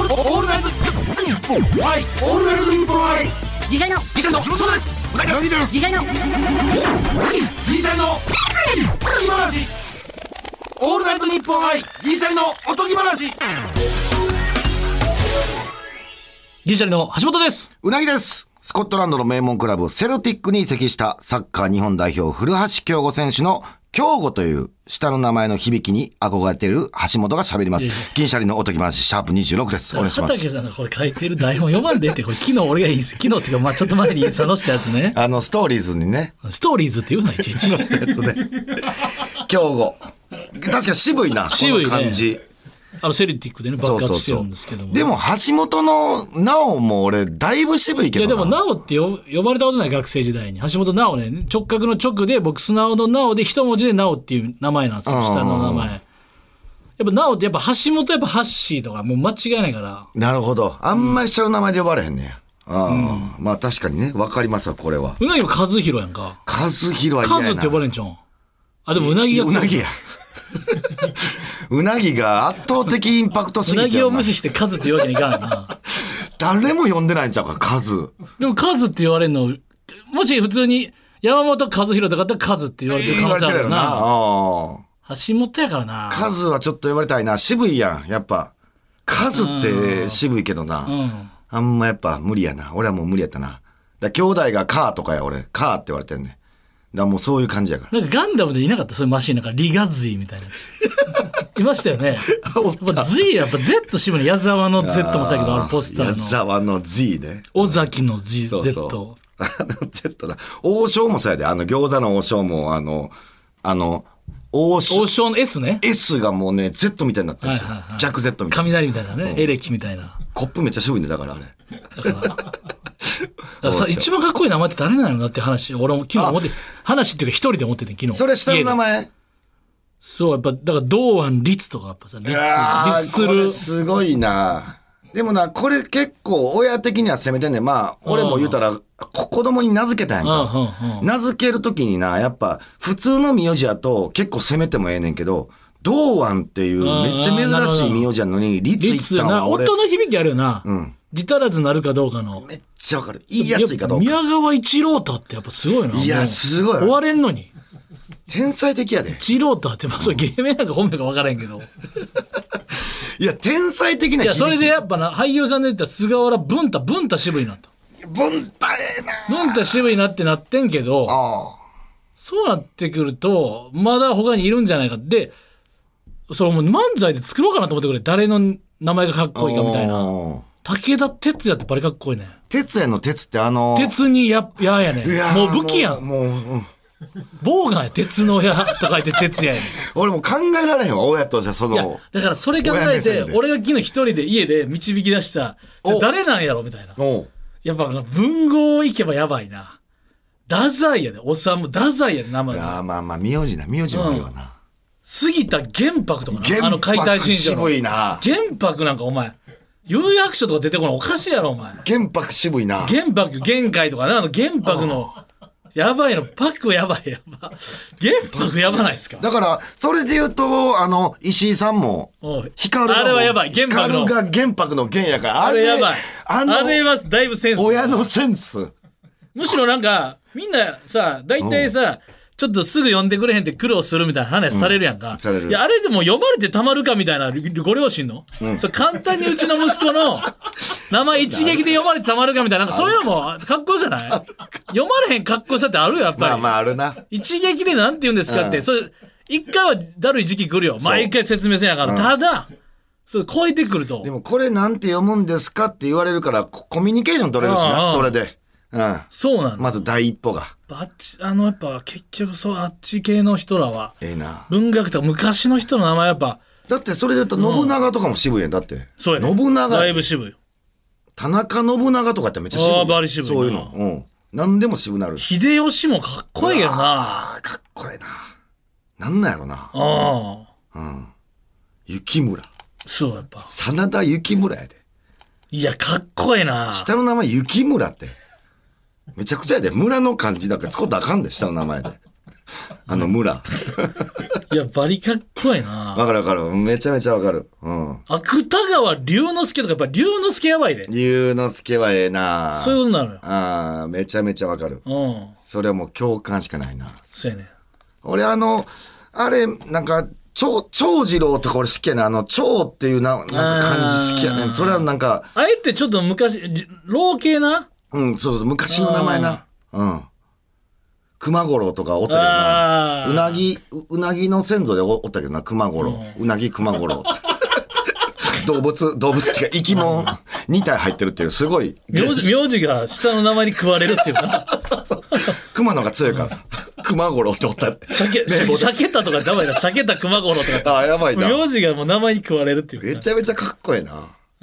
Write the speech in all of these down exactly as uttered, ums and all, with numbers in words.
オールナイトニッポンはい、オールナイトニッポンはいギリシャリのギリシャリのそうですうなぎですギリシャリのギリシャリの今話オールナイトニッポンはいギリシャリのおとぎ話ギリシャリの橋本です。 うなぎです。スコットランドの名門クラブセルティックに移籍したサッカー日本代表古橋亨梧選手の亨梧という下の名前の響きに憧れている橋本が喋ります。銀シャリのおとぎ話シャープにじゅうろくです。お願いします。 畑さんがこれ書いてる台本読まんでって、これ昨日俺がいいです昨日っていうかまあちょっと前にインスタ載せたやつね。 あのストーリーズにねストーリーズって言うな、いちいち載せたやつね亨梧確か渋いな、 渋いね、 この感じ。 あのセルティックでね爆発してるんですけども、 そうそうそう。でも橋本の直も俺だいぶ渋いけどな。 いやでも直って呼呼ばれたことない、学生時代に。橋本直ね、直角の直で僕素直の直で一文字で直っていう名前なんですよ、下の名前。やっぱ直ってやっぱ橋本やっぱハッシーとかもう間違いないから。 なるほど、あんまり下の名前で呼ばれへんねや。あ、うん、まあ確かにね、分かりますわこれは。 うなぎも和弘やんか。 和弘は嫌やな。 和って呼ばれんちゃうん。あでもうなぎがうなぎやうなぎが圧倒的インパクトすぎて、 うなぎを無視してカズって言うわけにいかんな。 誰も呼んでないんちゃうか、カズ。 でもカズって言われるの、もし普通に山本和弘とかだったらカズって言われてる可能性あるな。橋本やからな。 カズはちょっと言われたいな。渋いやんやっぱ。カズって渋いけどな、うん、あんまやっぱ無理やな。俺はもう無理やったな。だ兄弟がカーとかや、俺カーって言われてんねん。だからもうそういう感じやから。 なんかガンダムでいなかった、そういうマシンなんかリガズイみたいなやついましたよね。やっぱ Z やっぱ Z 渋いの、矢沢の Z もさけど、あのポスターの矢沢の Z ね、 尾崎の Z。 そうそう、あの Z な。王将もそうやで、あの餃子の王将もあのあの王将王将の S ね、 S がもうね Z みたいになってるんですよ、はいはいはい、弱 Z みたいな、 雷みたいなね、うん、エレキみたいな。 コップめっちゃ渋いね、だからあれだからだから一番かっこいい名前って誰なのって話、俺も昨日思って、話っていうか一人で思ってて、昨日。 それ下の名前。 そう、やっぱだから堂安律とかやっぱさ、律律する。 これすごいな。でもな、これ結構親的には攻めてんねん。まあ俺も言うたら子供に名付けたやんか、うんうんうん、名付けるときにな、やっぱ普通の名字やと結構攻めてもええねんけど、堂安っていうめっちゃ珍しい名字やのに律いったんは俺。 音の響きあるよな、うん、ギタラズなるかどうかの。 めっちゃわかる。いいやついかどうか。 宮川一郎太ってやっぱすごいな。 いやすごい。 終われんのに。 天才的やで。 一郎太って、まあそれ芸名なんか本名か分からんけど。 いや天才的な響き。 いやそれでやっぱな、俳優さんで言ったら菅原文太、文太渋いなと。 文太ええな。 文太渋いなってなってんけど、あそうなってくるとまだ他にいるんじゃないかって。それもう漫才で作ろうかなと思ってくれ。誰の名前がかっこいいかみたいな。武田鉄矢ってバリかっこいいね。 鉄矢の鉄ってあのー、 鉄にや、ややねん。もう武器やん。 もう、もう、うん、 ボウガンや、鉄の矢と書いて鉄矢やねん。 俺もう考えられへんわ、親としてその。いや、 だからそれ考えて、俺が昨日一人で家で導き出した、誰なんやろみたいな。やっぱ文豪行けばやばいな。太宰やで、おさむ、太宰やで、名前。 いや、まあまあ、名字な、名字もあるわな。うん、 杉田玄白とかな、あの解体新書の渋いな。 玄白なんかお前有役所とか出てこない、おかしいやろお前。 玄白渋いな。 玄白玄海とかな、あの玄白のやばいの、パックやばい、やば玄白やばないっすか。 だからそれで言うとあの石井さんも光あれはやばい、玄白の光が玄白の玄やから、 あれやばい、あのあれはだいぶセンス、 親のセンス。 むしろなんかみんなさ大体さ、ちょっとすぐ読んでくれへんって苦労するみたいな話されるやんか、うん、いやあれでも読まれてたまるかみたいなご両親の、うん、それ簡単にうちの息子の名前一撃で読まれてたまるかみたいな、なんかそういうのもかっこじゃない。読まれへんかっこよさってあるよやっぱり。 まあまああるな。 一撃でなんて言うんですかって、うん、それ一回はだるい時期来るよ、毎回説明せなあかん、うん、ただそれ超えてくると、 でもこれなんて読むんですかって言われるからコミュニケーション取れるしな、それで。うん、 そうなんだ。 まず第一歩があっち、あのやっぱ結局そう、あっち系の人らはええな、 文学とか昔の人の名前やっぱ。 だってそれで言うと信長とかも渋いやん。だって、うん、 そうや、ね、 信長だいぶ渋いよ。 田中信長とかってめっちゃ渋い。 ああバリ渋いな。 そういうの、うん、何でも渋なる。 秀吉もかっこいいけどな。 あかっこいいな。なんなんやろな。 ああ、 うん、雪村。 そうやっぱ真田幸村やで。 いやかっこいいな。 下の名前雪村ってめちゃくちゃやで。村の漢字だけ使ったらあかんで、下の名前で。 あの村。 いや、バリかっこいいな。 わかるわかる。めちゃめちゃわかる。うん。 芥川龍之介とか、やっぱ龍之介やばいで。 龍之介はええな。 そういうことなのよ。 ああ、めちゃめちゃわかる。 うん。 それはもう共感しかないな。 そうやね。 俺あの、あれ、なんか、長、長次郎とか俺好きやな。あの、長っていうな、なんか感じ好きやね。それはなんか。 あえてちょっと昔、老系なうん、そうそう、昔の名前な。うん。熊五郎とかおったけどな。うなぎ、うなぎの先祖でおったけどな、熊五郎。うなぎ熊五郎。動物、動物っていうか生き物に体入ってるっていう、すごい。 名字、名字が下の名前に食われるっていうか。 そうそう。熊の方が強いからさ。熊五郎っておったら。 鮭、鮭田とかやばいな。鮭田熊五郎とか。 ああ、やばいな。 名字がもう名前に食われるっていうか。 めちゃめちゃかっこいいな。 うん。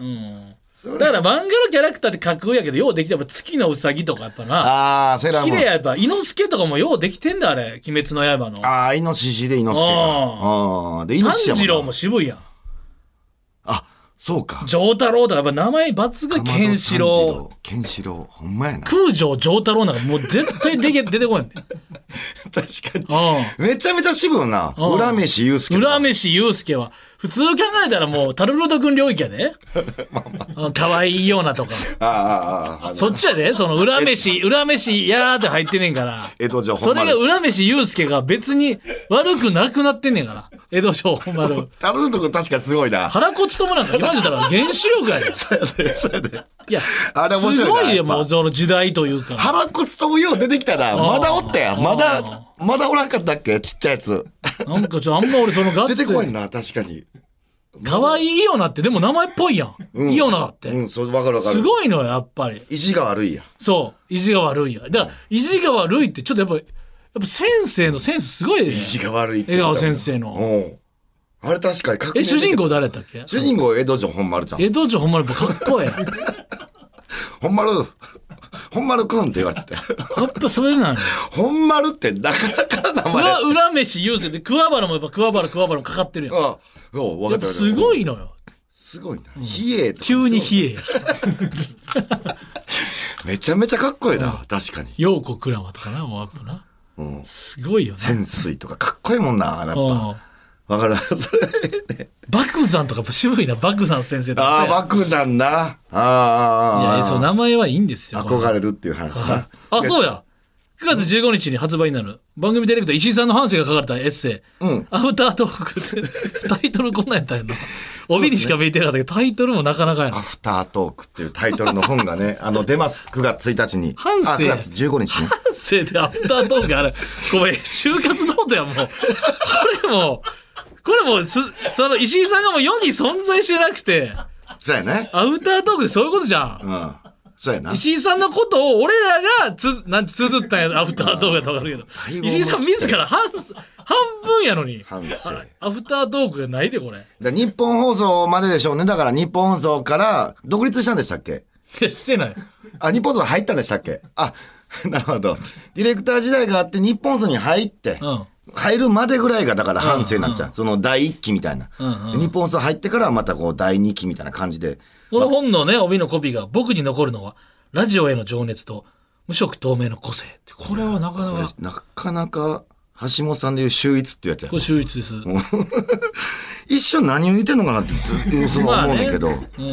だから漫画のキャラクターって架空やけど、ようできて、やっぱ月のうさぎとかやっぱな。 ああ、セーラームーン。 綺麗やっぱ、猪之助とかもようできてんだ、あれ。鬼滅の刃の。 ああ、イノシシで猪之助か。ああ。で、 炭治郎も渋いやん。 あ、そうか。 丈太郎とかやっぱ名前抜群、ケンシロウ。 ケンシロウ、ほんまやな。 空城丈太郎なんかもう絶対出て出てこないんだよ。 確かに。めちゃめちゃ渋いな。浦飯祐介。 浦飯祐介は。普通考えたらもう、タルルト君領域やで。可愛いようなとか。 ああ、ああ。 そっちやで。その裏飯、裏飯やーって入ってんねんから。 江戸城それが裏飯祐介が別に悪くなくなってんねんから。江戸城本丸。 タルルト君確かにすごいな。 腹こちともなんか今言ったら原子力やで。 そうやで、そうやで。 いや、 あれ面白いな。 すごいよ、もうその時代というか。 腹こつともよう出てきたな。まだおったやん。まだ、まだおらんかったっけちっちゃいやつ。 なんかちょ、あんま俺そのガッツ。 出てこいな、確かに。 可愛いイオナってでも名前っぽいやん。うん、イオナって。 うん、そう、わかるわかる。 すごいのよ、やっぱり。 意地が悪いや。 そう、意地が悪いや。だから、意地が悪いってちょっとやっぱ、やっぱ先生のセンスすごいね。 意地が悪いって。 江川先生の。 あれ確かにかっこいい。 え、主人公誰だっけ？ 主人公江戸城本丸ちゃん。 江戸城本丸かっこいい。 本丸、本丸くんって言われてて。やっぱそれなの。 本丸ってなかなか名前。 裏、裏飯優勢で、桑原もやっぱ桑原桑原もかかってるやん。ああ、 そう、 やっぱすごいのよ。 すごいな。冷えとか。 急に冷えや。 めちゃめちゃかっこいいな、確かに。 陽子クラマとかな、もうやっぱな。うん。すごいよな。 潜水とかかっこいいもんな、やっぱ。わかる。それ、 ね。爆山とかやっぱ渋いな、爆山先生とか。 ああ、爆山な。ああ、 ああ。いや、そう、名前はいいんですよ。 憧れるっていう話な。 あ、そうや。くがつじゅうごにちに発売になる番組ディレクター石井さんの半生が書かれたエッセイ、うん、アフタートークってタイトルこんなんやったんやな。帯にしか見えてなかったけど、タイトルもなかなかやな。 アフタートークっていうタイトルの本がね、あの、出ます。くがつついたちに。 半生。 あ、くがつじゅうごにちね。 半生でアフタートークあれ。ごめん、就活ノートやもう。これも、これもす、その石井さんがもう世に存在してなくて。 そうやね。 アフタートークでそういうことじゃん。 うん。そうやな。 石井さんのことを俺らがつ、なんて綴ったんや、アフタートークやとわかるけど。石井さん自ら半、半分やのに。 半生。 アフタートークがないで、これ。 だ日本放送まででしょうね。だから日本放送から独立したんでしたっけ？ してない。 あ、日本放送入ったんでしたっけ？あ、なるほど。ディレクター時代があって日本放送に入って、うん、入るまでぐらいがだから半生になっちゃう。うんうん、そのだいいっきみたいな、うんうん。日本放送入ってからまたこうだいにきみたいな感じで。 この本のね、帯のコピーが僕に残るのは、ラジオへの情熱と無色透明の個性。これはなかなか。 なかなか、橋本さんでいう秀逸っていうやつや。 これ秀逸です。 一緒何を言ってんのかなって、そう思うんだけど。ね、うん、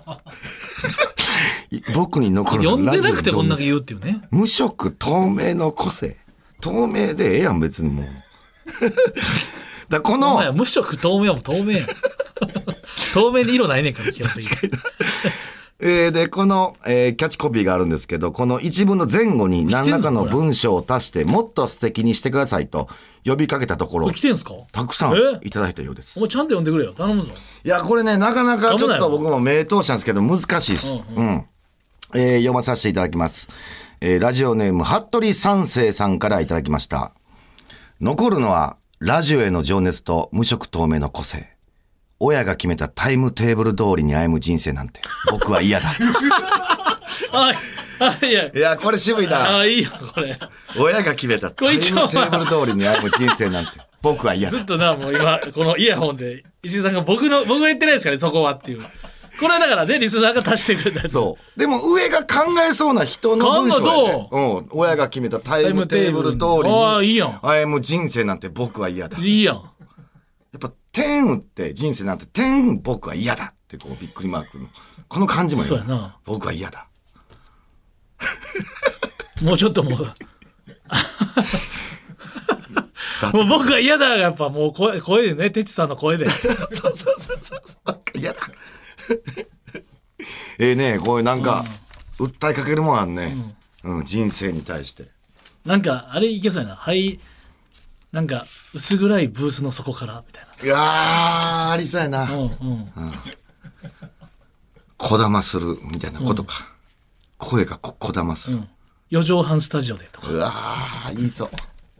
僕に残るのは読んでなくてこんだけ言うっていうね。 無色透明の個性。透明でええやん、別にもう。だこの。 無色透明はもう透明やん。透明で色ないねんから、基本的に。 えー、で、この、えー、キャッチコピーがあるんですけど、この一文の前後に何らかの文章を足して、もっと素敵にしてくださいと呼びかけたところ、 これ来てんすか？ たくさんいただいたようです。 お前ちゃんと読んでくれよ。頼むぞ。 いや、これね、なかなかちょっと僕も名答したんですけど、難しいです。うん、うん。えー、読まさせていただきます。えー、ラジオネーム、服部三世さんからいただきました。残るのは、ラジオへの情熱と無色透明の個性。親が決めたタイムテーブル通りに歩む人生なんて僕は嫌だ。 ああいやいやこれ渋いな。 あいいよこれ。 親が決めたタイムテーブル通りに歩む人生なんて僕は嫌だ。 ずっとなもう今このイヤホンで石井さんが僕の僕が言ってないですからねそこはっていう。 これだからねリスナーが足してくれたやつ。 そうでも上が考えそうな人の文章やね、うん、親が決めたタイムテーブル通りにああいいやんあもう人生なんて僕は嫌だいいやん。 やっぱ点打って人生なんて点僕は嫌だってこうびっくりマークのこの感じもいいそうやな僕は嫌だもうちょっともうもう僕は嫌だがやっぱもう声声でねてちさんの声でそうそうそうそう嫌だええねこういうなんか、うん、訴えかけるもんあんね、うんうん、人生に対してなんかあれいけそうやなはいなんか薄暗いブースの底からみたいないやーありそうやな、うんうんうん、こだまするみたいなことか、うん、声がここだまする、うん、 よじょうはんスタジオでとかうわー言いそう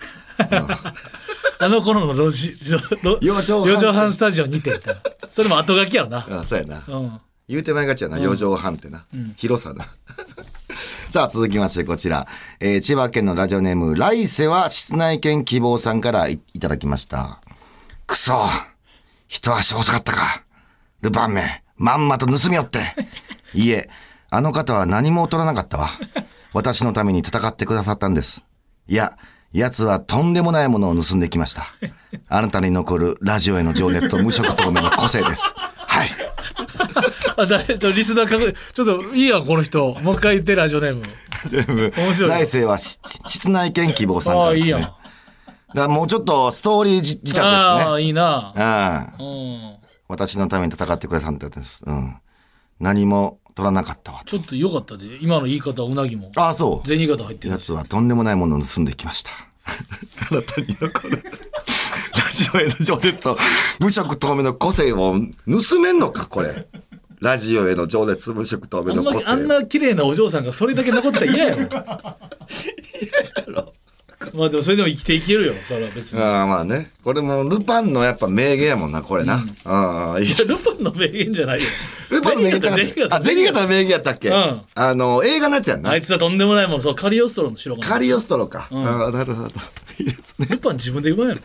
あの頃の路地よじょうはんスタジオにてみたいなそれも後書きやろなあそうやな、うん、言うてまいがちやなよじょうはんってな、うん、広さなさあ続きましてこちら、えー、千葉県のラジオネーム来世は室内犬希望さんから い, いただきました。くそ一足遅かったかルパンめまんまと盗みよっていいえあの方は何も取らなかったわ私のために戦ってくださったんです。いや奴はとんでもないものを盗んできました。あなたに残るラジオへの情熱と無色透明の個性です。はいあ誰ちょリスナーかくちょっといいやこの人もう一回言ってラジオネーム面白い。 来世は室内犬希望さんからですね。ああいいやんだからもうちょっとストーリー仕立てですね。 ああいいなあ、うん、私のために戦ってくれたんです、うん、何も取らなかったわ。 ちょっと良かったで今の言い方うなぎもああそう銭形入ってるやつはとんでもないものを盗んできましたあなたに残るラジオへの情熱と無色透明の個性を盗めんのかこれラジオへの情熱無色透明の個性あ, あんな綺麗なお嬢さんがそれだけ残ってたら嫌やろ嫌やろまあでもそれでも生きていけるよそれは別に。 ああまあねこれもルパンのやっぱ名言やもんなこれな、うん、 ああいやルパンの名言じゃないよルパンの名言じゃないあ銭形の名言やったっけ、うん、あの映画のやつやんなあいつはとんでもないものそうカリオストロの城カリオストロか、うん、ああなるほどいいですねルパン自分で言わんやろ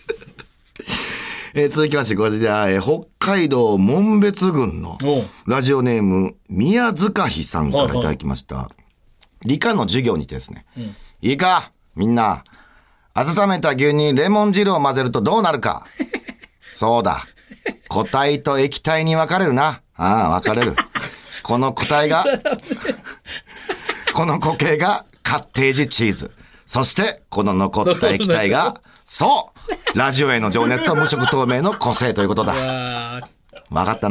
えー、続きましてこちら、えー、北海道紋別郡のラジオネーム宮塚ひさんからいただきました、はいはい、理科の授業にてですね、うん、いいかみんな温めた牛乳にレモン汁を混ぜるとどうなるかそうだ固体と液体に分かれるなああ分かれるこの固体がこの固形がカッテージチーズそしてこの残った液体がそうラジオへの情熱と無色透明の個性ということだ。分かった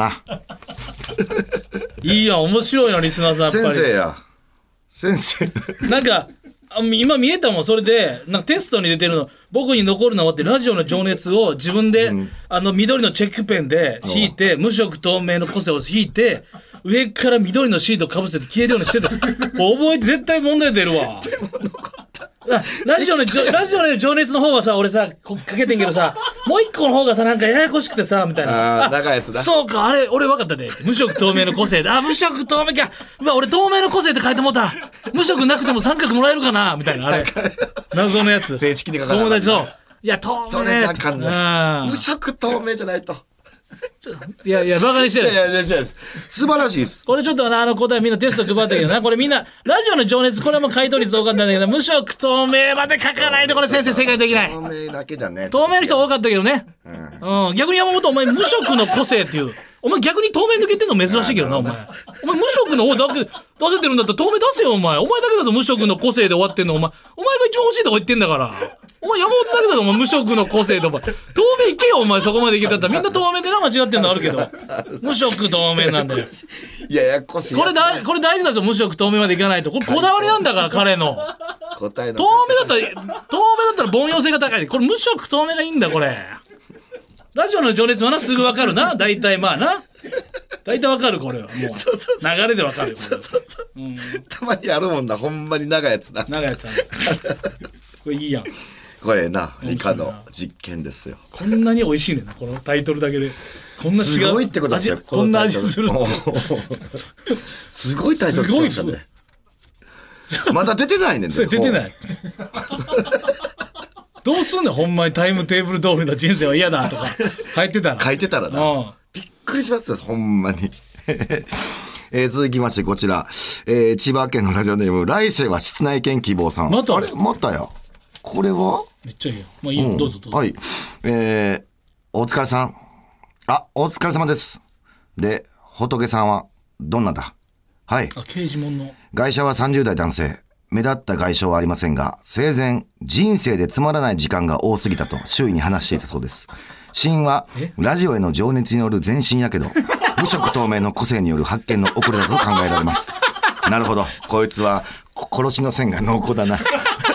ないいや面白いなリスナーさんやっぱり先生や先生なんか今見えたもんそれでなんかテストに出てるの僕に残るのはってラジオの情熱を自分で、うん、あの緑のチェックペンで引いて無色透明の個性を引いて上から緑のシートかぶせて消えるようにしてた覚えて絶対問題出るわラジオのラジオの情熱の方はさ俺さかけてんけどさもう一個の方がさなんかややこしくてさみたいなあ長いやつだそうかあれ俺分かったで無色透明の個性であ無色透明かうわ俺透明の個性って書いてもうた無色なくても三角もらえるかなみたいなあれ謎のやつ正式に書かない友達そういや透明それじゃあかんない無色透明じゃないといやいやバカにしてるいやいやいや素晴らしいですこれちょっとあの答えみんなテスト配ったけどなこれみんなラジオの情熱これも回答率多かったんだけど無色透明まで書かないとこれ先生正解できない透明だけじゃね透明の人多かったけどね、うんうん、逆に山本お前無色の個性っていうお前逆に透明抜けてんの珍しいけどなお前お前無色の方だけ出せてるんだったら透明出せよお前お前だけだと無色の個性で終わってんのお前お前が一番欲しいとこ言ってんだからお前山本だけだとお前無色の個性でお前透明いけよお前そこまでいけたったらみんな透明でな間違ってんのあるけど無色透明なんだよいやややこしいこれだこれ大事なんですよ無色透明までいかないとこれこだわりなんだから彼の答えの透明だったら透明だったら凡庸性が高いこれ無色透明がいいんだこれラジオの情熱はなすぐ分かるな大体まあな大体分かるこれはもう流れで分かるよそうそうそう、うん、たまにあるもんなほんまに長いやつな長いやつこれいいやんこれな理科の実験ですよこんなに美味しいねんなこのタイトルだけでこんな違うすごいってことですよこんな味するすごいタイトルつけましたねまだ出てないねんそれ出てないどうすんねんほんまにタイムテーブル通りの人生は嫌だとか書いてたら書いてたらなびっくりしますよほんまにえー、続きましてこちら、えー、千葉県のラジオネーム来世は室内犬希望さん。 またあれまたや。これはめっちゃいいよ。まあいいよ、うん、どうぞどうぞ。 はい。えー、お疲れさん。あ、お疲れ様です。で、仏さんはどんなだ。はい。 あ、刑事門の。 外車はさんじゅう代男性。目立った外傷はありませんが、生前、人生でつまらない時間が多すぎたと周囲に話していたそうです。死因は、ラジオへの情熱による全身やけど、無色透明の個性による発見の遅れだと考えられます。なるほど。こいつは、殺しの線が濃厚だな。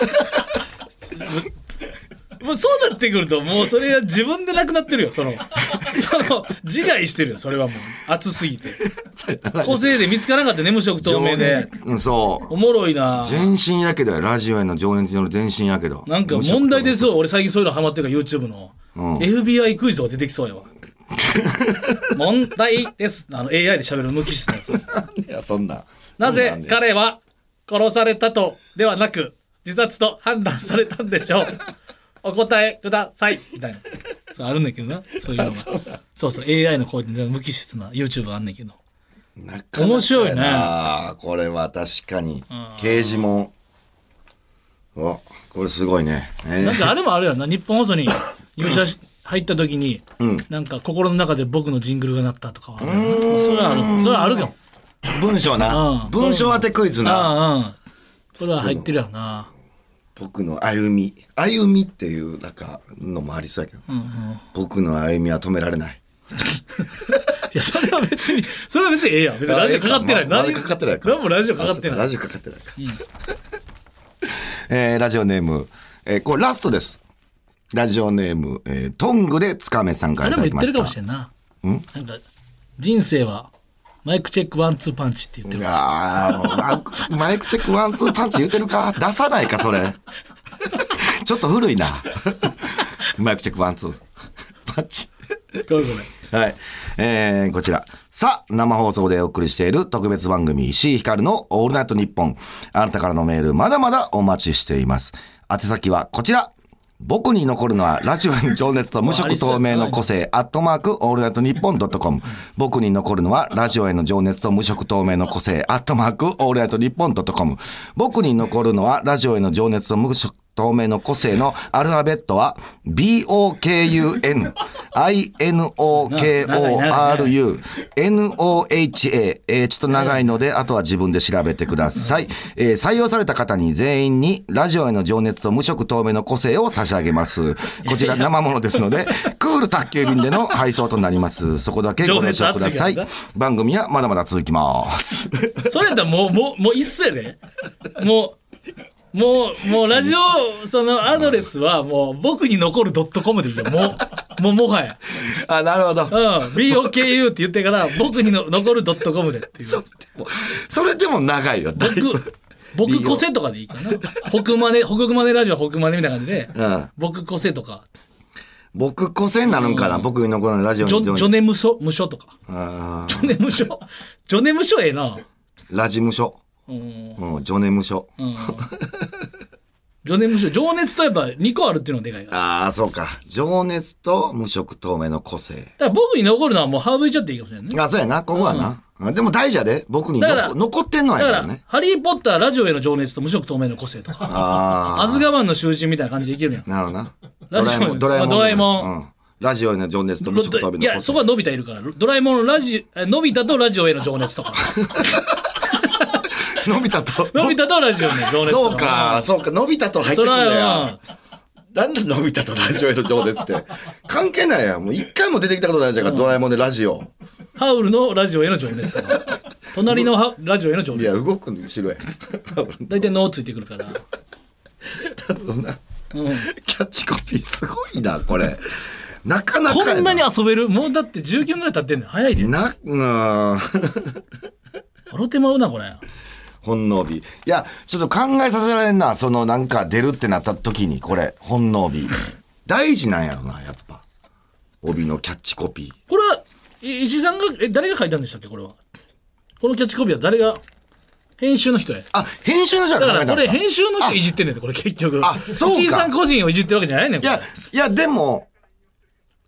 もうそうなってくると、もうそれは自分でなくなってるよ。その、その、自害してるよ。それはもう、熱すぎて。個性で見つからなかったね、無色透明で。 うん、そう。 おもろいな。 全身やけどや、ラジオへの情熱による全身やけど。 なんか問題ですよ。俺最近そういうのハマってるから、YouTube の。うん、エフビーアイ クイズが出てきそうやわ。問題です。あの エーアイ で喋る無機質なやつ。 いや、そんな。 なぜ彼は殺されたとではなく、自殺と判断されたんでしょう。お答えくださいみたいな。そうあるんだけどな。そういうのが。そうそう。エーアイ の声で無機質な YouTube あんねんけど。 なかなか面白いね。 これは確かに。刑事も。お、これすごいね。 えー、なんかあれもあるよな。日本放送に入社し入った時に、うん、なんか心の中で僕のジングルが鳴ったとかはある。それはある。それはあるかも。 文章な。うん、文章当てクイズな。 うんうん。これは入ってるやろな。 僕の歩み歩みっていうなんかのもありそうやけど、うんうん、僕の歩みは止められない。 いやそれは別にそれは別にええやん。別にラジオかかってない。 まあ、何かかってないか。 何もラジオかかってない。 ラジオかかってないか。うんえー、ラジオネーム、えー、これラストです。ラジオネーム、えー、トングでつかめさんからいただきました。 あれも言ってるかもしれんな。んなんか人生はマイクチェックワンツーパンチって言ってる。 ああ、マイクチェックワンツーパンチ言ってるか出さないかそれ。ちょっと古いな。マイクチェックワンツーパンチ。 これこれ。はい。えー、こちら。さあ、生放送でお送りしている特別番組、石井ひかるのオールナイトニッポン。あなたからのメール、まだまだお待ちしています。宛先はこちら。僕に残るのはラジオへの情熱と無色透明の個性アットマークオールナイトニッポンドットコム。僕に残るのはラジオへの情熱と無色透明の個性アットマークオールナイトニッポンドットコム。僕に残るのはラジオへの情熱と無色透明の個性のアルファベットは ビーオーケーユーエヌ アイエヌオーケーオーアールユー エヌオーエイチエー、えー、ちょっと長いのであとは自分で調べてください、えー、採用された方に全員にラジオへの情熱と無色透明の個性を差し上げます。こちら生物ですのでクール宅急便での配送となります。そこだけご了承ください。番組はまだまだ続きますそれやったらもうもうもういっそやでもうもう、もうラジオ、そのアドレスはもう僕に残る .com でいいよ。もう、もうもはや。 あ、なるほど。 うん。ビーオーケーユー って言ってから僕にの残る .com でっていう。 そ, それでも長いよ。 僕、僕個性とかでいいかな。北マネ、北マネラジオ北マネみたいな感じで、うん、僕個性とか。 僕個性になるんかな、うん、僕に残るラジオに。 ジョ、ジョネ無所、無所とか。あジョネ無所。ジョネ無所ええな。 ラジ無所。うん、うん、ジョネム書、うん、 ジョネム書情熱とやっぱにこあるっていうのがでかいから。 ああそうか、情熱と無色透明の個性。だから僕に残るのはもう省いちゃっていいかもしれないね。 あそうやな、ここはな、うん、でも大事やで、僕に残ってんのやからね。だからハリーポッターラジオへの情熱と無色透明の個性とか、あアズガバンの囚人みたいな感じでいけるやん。 なるほどな。 ラジオドラえもん、ドラえもん、うん、 ラジオへの情熱と無色透明の個性。 いやそこはのび太いるから、ドラえもんのラジのび太とラジオへの情熱とかのび太とのび太とラジオの情熱。 そうかそうか、のび太と入ってくるんだよ。なんでのび太とラジオへの情熱って関係ないやん。もう一回も出てきたことないじゃんか、うん、ドラえもんでラジオ。ハウルのラジオへの情熱とか隣のハラジオへの情熱。 いや動くの後ろや大体脳ついてくるから多分な、うん、キャッチコピーすごいなこれなかなかこんなに遊べる。もうだってじゅうきゅうぐらい経ってんの早いでな。うん笑ってまうなこれ。 本能日。いやちょっと考えさせられんな、そのなんか出るってなった時にこれ本能日大事なんやろな、やっぱ帯のキャッチコピー。 これは石井さんがえ誰が書いたんでしたっけ。これはこのキャッチコピーは誰が。編集の人や。 あ、編集の人が考えたんですか。 だからこれ編集の人いじってんねんで、これ結局。 あ、そうか。 石井さん個人をいじってるわけじゃないねん。 いやいやでも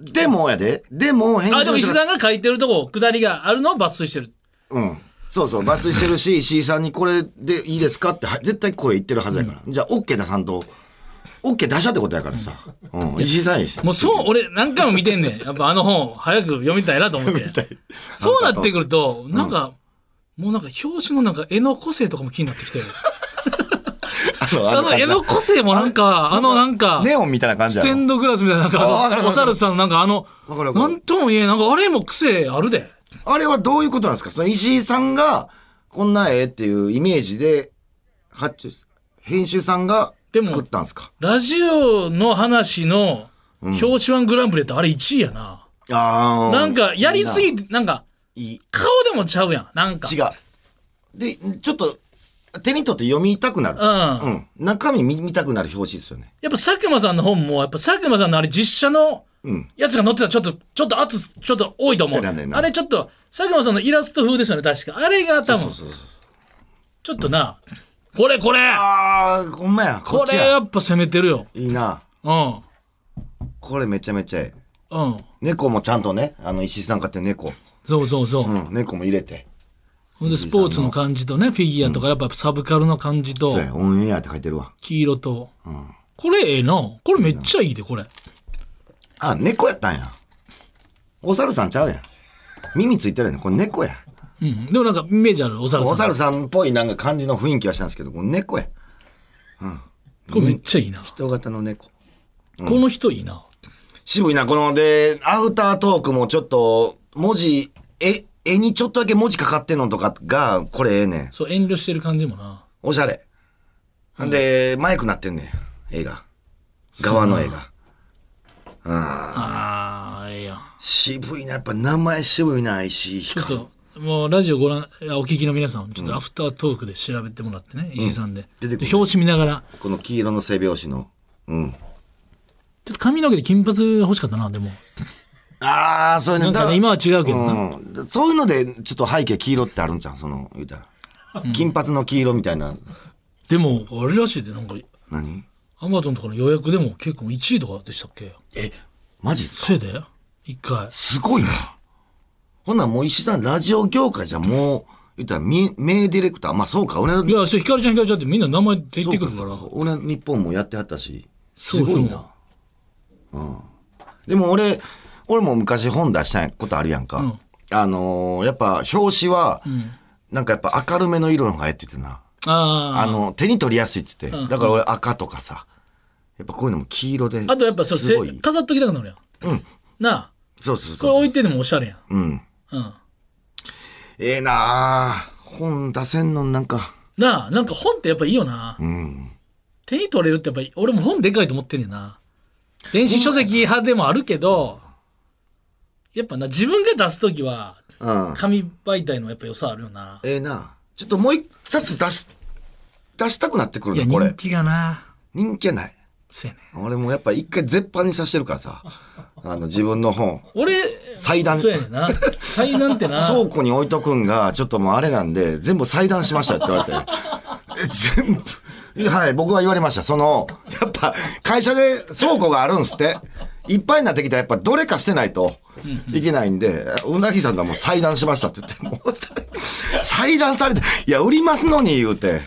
でもやで。でも、編集あ、でも石井さんが書いてるとこ、下りがあるのを抜粋してる。 うん。そうそう、抜粋してるし、石井さんにこれでいいですかって、絶対声言ってるはずやから。うん、じゃあ、OK 出さんと、OK 出したってことやからさ。うん。石井さんやし。 もうそう、俺何回も見てんねん。やっぱあの本、早く読みたいなと思って。そうなってくると、なんか、うん、もうなんか表紙のなんか絵の個性とかも気になってきて。あの、あの絵の個性もなんか、あのなんか、 ネオンみたいな感じやろ。 ステンドグラスみたいな、なんか、お猿さんのなんかあの、なんとも言え、なんかあれも癖あるで。 あれはどういうことなんですか？その石井さんが、こんな絵っていうイメージで、発注、編集さんが作ったんですか？ ラジオの話の表紙ワングランプリってあれいちいやな。 うん、ああ。 なんかやりすぎて、なんか、いい顔でもちゃうやん。なんか。 違う。で、ちょっと、手に取って読みたくなる。うん。うん。中身見見たくなる表紙ですよね。 やっぱ佐久間さんの本も、やっぱ佐久間さんのあれ実写のやつが載ってたらちょっと、ちょっと圧、ちょっと多いと思う。あれちょっと、佐久間さんのイラスト風ですよね、確か。あれが多分、そうそうそうそうちょっとな、これこれああ、ほんまや。 こ, これやっぱ攻めてるよ。 いいな。 うん。 これめちゃめちゃええ。 うん。 猫もちゃんとね、あの、石井さん買って猫。 そうそうそう。 うん、猫も入れて。 でスポーツの感じとね、フィギュアとかやっぱサブカルの感じと、 そうや、オンエアって書いてるわ。 黄色と。うん、これええな。これめっちゃいいで、これ。 あ、猫やったんや。お猿さんちゃうやん。耳ついてるやん。これ猫や。 うん。でもなんかイメージある、お猿さん。 お猿さんっぽいなんか感じの雰囲気はしたんですけど、これ猫や。 うん。これめっちゃいいな。 人型の猫。 うん、この人いいな。 渋いな。この、で、アウタートークもちょっと、文字、え、絵にちょっとだけ文字かかってんのとかが、これええねん。 そう、遠慮してる感じもな。 おしゃれ。んで、うん、マイクなってんねん。映画。側の映画。うん。 ああ、ええやん。 渋いな。やっぱ名前渋いな、石井。 ちょっと、もうラジオご覧、お聞きの皆さん、ちょっとアフタートークで調べてもらってね、うん、石井さんで。出てくる。表紙見ながら。 この黄色の背表紙の。うん。 ちょっと髪の毛で金髪欲しかったな、でも。 ああ、そういうの。 なんかね、今は違うけどな、 うん。そういうので、ちょっと背景黄色ってあるんじゃん、その、言うたら。うん、金髪の黄色みたいな。 でも、あれらしいで、なんか。 何？ アマゾンとかの予約でも結構いちいとかでしたっけ？ え、マジっすか？ せいで一回。 すごいな。ほんならもう石井さん、ラジオ業界じゃもう、言ったら、名ディレクター。まあそうか、俺の。 いや、それ、ひかりちゃんひかりちゃんってみんな名前出てくるから。 俺、日本もやってはったし。すごいな。そうそう。うん。でも俺、俺も昔本出したことあるやんか。うん、あのー、やっぱ表紙は、うん、なんかやっぱ明るめの色の方がええって言ってな。ああの、手に取りやすいって言って。うん、だから俺赤とかさ。やっぱこういうのも黄色で。 あとやっぱそう、飾っときたくなるやん。うん。なあ。 そうそうそう。 これ置いてでもおしゃれやん。 うん。うん。ええー、なあ本出せんのなんか。 なあ、なんか本ってやっぱいいよな。うん。手に取れるってやっぱり、俺も本でかいと思ってんねんな。電子書籍派でもあるけど、やっぱな、自分が出すときは、紙媒体のやっぱ良さあるよな。 ええー、な。ちょっともう一冊出し、出したくなってくるな、これ。 人気がな。 人気はない。 そうやね。 俺もやっぱ一回絶版にさせてるからさ。あの、自分の本。 俺、 裁断。 そうやねんな。裁断ってな。 倉庫に置いとくんが、ちょっともうあれなんで、全部裁断しましたって言われて。え、全部。はい、僕は言われました。その、やっぱ、会社で倉庫があるんすって。いっぱいになってきたらやっぱどれか捨てないといけないんで、うなぎさんがもう裁断しましたって言って、もう、裁断されて、いや、売りますのに言うて。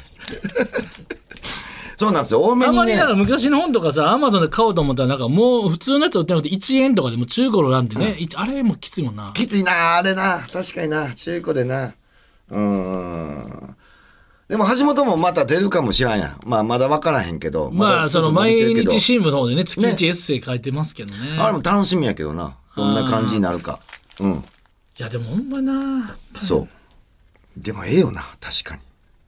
そうなんですよ。多めにね。 あまりだから昔の本とかさ、アマゾンで買おうと思ったらなんかもう普通のやつ売ってなくていちえんとかでも中古のなんでね、うん、あれもきついもんな。 きついな、あれな。確かにな。中古でな。うーん。でも橋本もまた出るかもしらんやん。まあまだ分からへんけど。 まあその毎日新聞の方でね、月いちエッセイ書いてますけどね。 あれも楽しみやけどな。どんな感じになるか。うん。いやでもほんまな。 そう。でもええよな、確かに。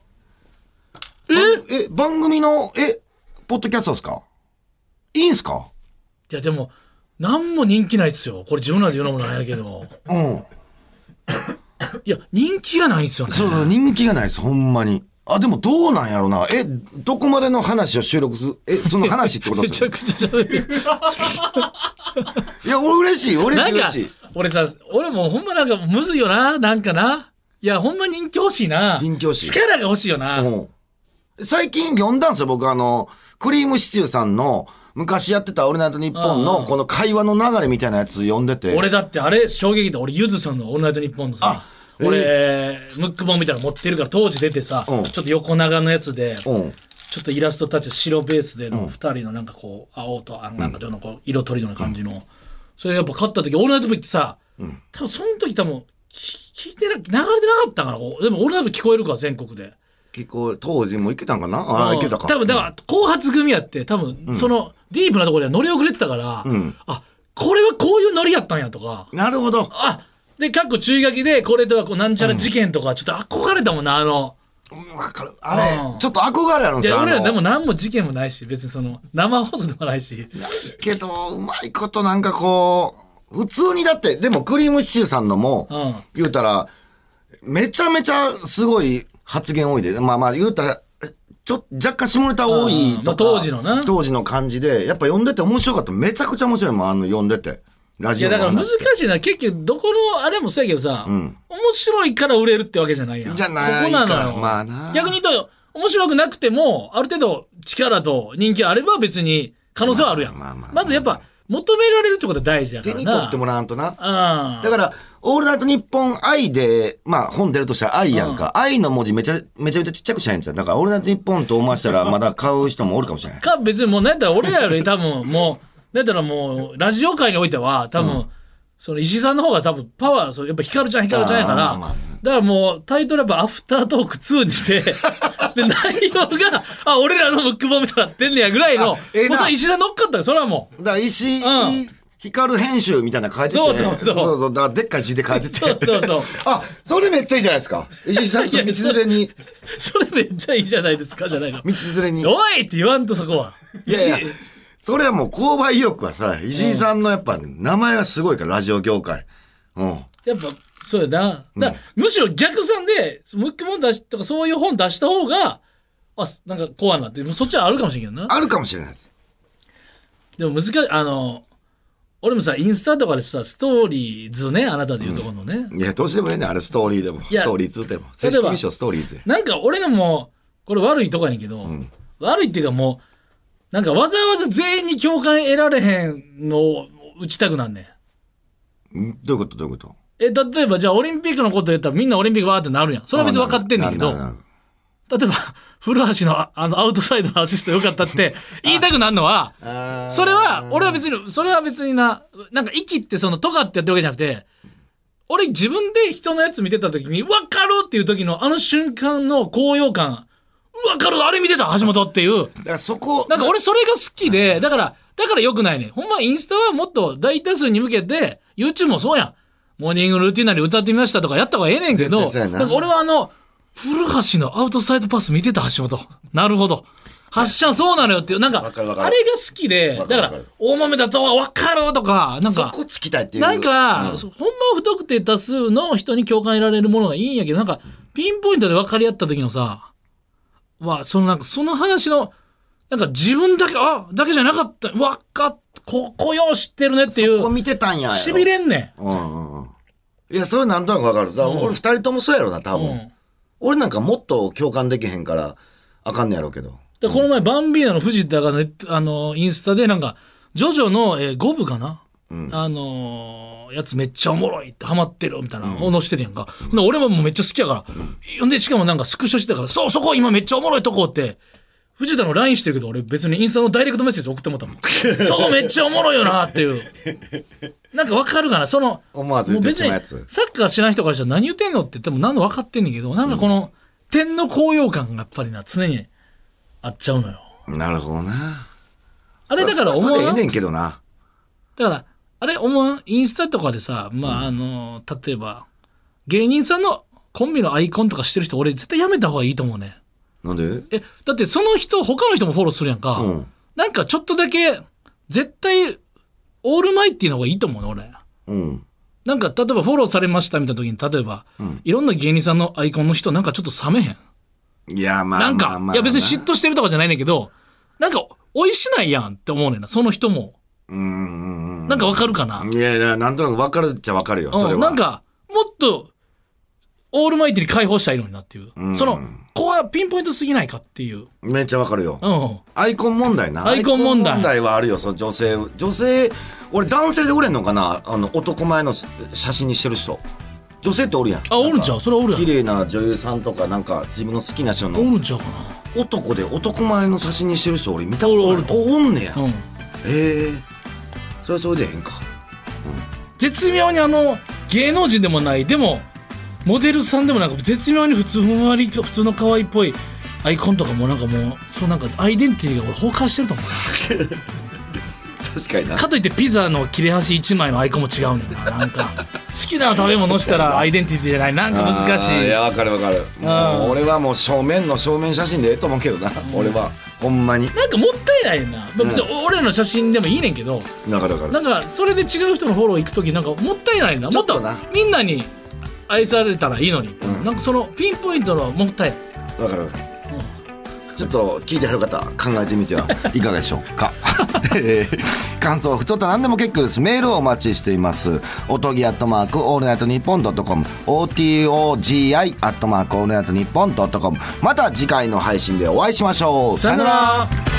ええ、番組の、え、ポッドキャストですか？いいんすか？ いやでも、なんも人気ないっすよ。これ自分らで言うのもなんやけど。うん。いや、人気がないっすよね。 そうそう、人気がないです、ほんまに。あ、でもどうなんやろな。え、どこまでの話を収録する、え、その話ってことですか？めちゃくちゃ喋る。いや、俺嬉しい、嬉しい、嬉しい。 俺さ、俺もほんまなんかむずいよな、なんかな。いや、ほんま人気欲しいな。 人気欲しい。 力が欲しいよな。うん。 最近読んだんですよ、僕あの、クリームシチューさんの、昔やってたオールナイトニッポンのこの会話の流れみたいなやつ読んでて。 俺だってあれ衝撃で、俺ゆずさんのオールナイトニッポンのさ、俺、えー、ムック本みたいなの持ってるから当時出てさ、うん、ちょっと横長のやつで、うん、ちょっとイラストタッチ白ベースでのふたりのなんかこう、青とあなんかちょっとこう色とりどりの感じの、うん、それやっぱ買った時オールナイトニッポンってさ、うん、多分その時多分聞いてな、流れてなかったから、でもオールナイトニッポン聞こえるか全国で。 結構当時もいけたんかなああ、いけたか。 多分だから後発組やって多分そのディープなところでは乗り遅れてたから、うん、あこれはこういうノリやったんやとか。 なるほど。 あでかっこ注意書きでこれとはこうなんちゃら事件とかちょっと憧れたもんな、あの。 わかる。あれ、うん、ちょっと憧れあるんですよ。 いや俺らでも何も事件もないし別にその生放送でもないし。 けどうまいことなんかこう普通にだってでもクリームシチューさんのも、うん、言うたらめちゃめちゃすごい発言多いで、まあまあ言うたら、ちょっと若干下ネタ多いとか、まあ、 当時のな。 当時の感じで、やっぱ読んでて面白かった。めちゃくちゃ面白いもん、あの読んでて。ラジオの話。 いやだから難しいな。結局、どこのあれもそうやけどさ、うん、面白いから売れるってわけじゃないやん。 じゃないか。 ここなのよ。 まあな。 逆に言うと、面白くなくても、ある程度力と人気あれば別に可能性はあるやん。まあまあまあまあ、まずやっぱ、求められるってことは大事やからな。 手に取ってもらわんとな。だから、オールナイトニッポン愛で、まあ本出るとしたら愛やんか。うん、愛の文字めちゃめちゃめちゃちっちゃくしたいんちゃう。だからオールナイトニッポンと思わせたらまだ買う人もおるかもしれない。 か別にもうなんやったら俺らより多分もう、なんやったらもうラジオ界においては多分、うん、その石井さんの方が多分パワー、そうやっぱヒカルちゃんヒカルちゃんやから、だからもうタイトルやっぱアフタートークツーにして、で内容が、あ、俺らのムックボみたいになってんねやぐらいの、ええ、もうさ石井さん乗っかったよ、それはもう。 だから石井、うん光編集みたいなの書いてて。 そうそうそう。そうそう。だからでっかい字で書いてて。 そうそうそう。 あ、それめっちゃいいじゃないですか。石井さんと道連れに。 それめっちゃいいじゃないですか、じゃないの。 道連れに。 おいって言わんとそこは。 いやいや、それはもう購買意欲はさ、石井さんのやっぱ名前がすごいから、ラジオ業界。うん。 やっぱ、そうやな。だ、うん、むしろ逆算で、ムック本出しとかそういう本出した方が、あ、なんかコアなって、そっちはあるかもしれんけどな。 あるかもしれないです。 でも難しい、あの、俺もさインスタとかでさストーリーズねあなたでいうところのね、 うん、いやどうしてもいいねあれストーリーでもストーリーズでも正式名称ストーリーズなんか俺のもこれ悪いとこやねんけど、うん、悪いっていうかもうなんかわざわざ全員に共感得られへんのを打ちたくなんねん。どういうことどういうこと。 え例えばじゃあオリンピックのこと言ったらみんなオリンピックわーってなるやん。それは別に分かってんねんけど、例えば古橋のあのアウトサイドのアシストよかったって言いたくなるのはそれは俺は別にそれは別にななんか息ってその尖ってやってるわけじゃなくて俺自分で人のやつ見てた時に分かるっていう時のあの瞬間の高揚感分かるあれ見てた橋本っていうだからそこなんか俺それが好きでだからだからよくないねほんまインスタはもっと大多数に向けて YouTube もそうやんモーニングルーティンなり歌ってみましたとかやった方がええねんけどなんか俺はあの古橋のアウトサイドパス見てた橋本なるほど発射そうなのよっていうなんかあれが好きでだから大豆だと分かるとかなんかそこつきたいっていうなんか、うん、ほんま不特定多数の人に共感得られるものがいいんやけどなんかピンポイントで分かり合った時のさはそのなんかその話のなんか自分だけあだけじゃなかった分かっここよう知ってるねっていうそこ見てたんやしびれんねん、 うんうん、いやそれなんとなく分かるだから俺二人ともそうやろな多分、うん俺なんかもっと共感できへんからあかんねやろうけどで、うん、この前バンビーナの藤田がねあのインスタでなんかジョジョの、えー、ご部かな、うん、あのー、やつめっちゃおもろいってハマってるみたいなのをしてるやんか、うん、俺ももうめっちゃ好きやから、うん、でしかもなんかスクショしてたからそうそこ今めっちゃおもろいとこって藤田の ライン してるけど俺別にインスタのダイレクトメッセージ送ってもらったもんそこめっちゃおもろいよなっていうなんか分かるかなその思わず言ってしまうやつもう別にサッカー知らん人からしたら何言ってんのって言っても何の分かってんねんけどなんかこの点の高揚感がやっぱりな常にあっちゃうのよ。 なるほどなあれだから思わんそれええねんけどなだからあれ思わんインスタとかでさまああの例えば芸人さんのコンビのアイコンとかしてる人俺絶対やめた方がいいと思うね。 なんでえだってその人他の人もフォローするやんか、うん、なんかちょっとだけ絶対オールマイティーの方がいいと思うね俺、うん、なんか例えばフォローされましたみたいな時に例えば、うん、いろんな芸人さんのアイコンの人なんかちょっと冷めへんいやまあなんか、 まあまあ、 いや別に嫉妬してるとかじゃないねんけどなんかおいしないやんって思うねんなその人もうんうんうんなんかわかるかないやいやなんとなくわかるっちゃわかるよそれは、 うん、なんかもっとオールマイティに解放したらいいのになっていう、うん、そのここはピンポイントすぎないかっていう。 めっちゃわかるよ、 うん、 アイコン問題な。 アイコン問題アイコン問題はあるよ。その女性女性俺男性でおれんのかな、あの男前の写真にしてる人。女性っておるやん。 あ、おるんちゃう。それおるやん。 綺麗な女優さんとかなんか自分の好きな人のおるんちゃうかな。 男で男前の写真にしてる人俺見たことない。おるおおんねや、うん、ええー、それはそれでええんか、 うん、絶妙にあの芸能人でもないでもモデルさんでもなんか絶妙に普通ふんわり普通の可愛いっぽいアイコンとかもなんかもうそうなんかアイデンティティが俺崩壊してると思う確かにな。 かといってピザの切れ端いちまいのアイコンも違うねんな。なんか好きな食べ物したらアイデンティティじゃない。なんか難しい。 いや分かる分かる。もう俺はもう正面の正面写真でええと思うけどな、うん、俺はほんまになんかもったいないな、うん、別に俺らの写真でもいいねんけど、 分かる分かる。 なんかそれで違う人のフォロー行くときなんかもったいないな。もっとみんなに愛されたらいいのに、うん、なんかそのピンポイントのもったいない。 分かる分かる。ちょっと聞いてはる方考えてみてはいかがでしょうか、えー、感想ふつおた何でも結構です。メールをお待ちしています。おとぎアットマークオールナイトニッポンドットコム オーティーオージーアイ アットマークオールナイトニッポンドットコム。また次回の配信でお会いしましょう。 さよなら。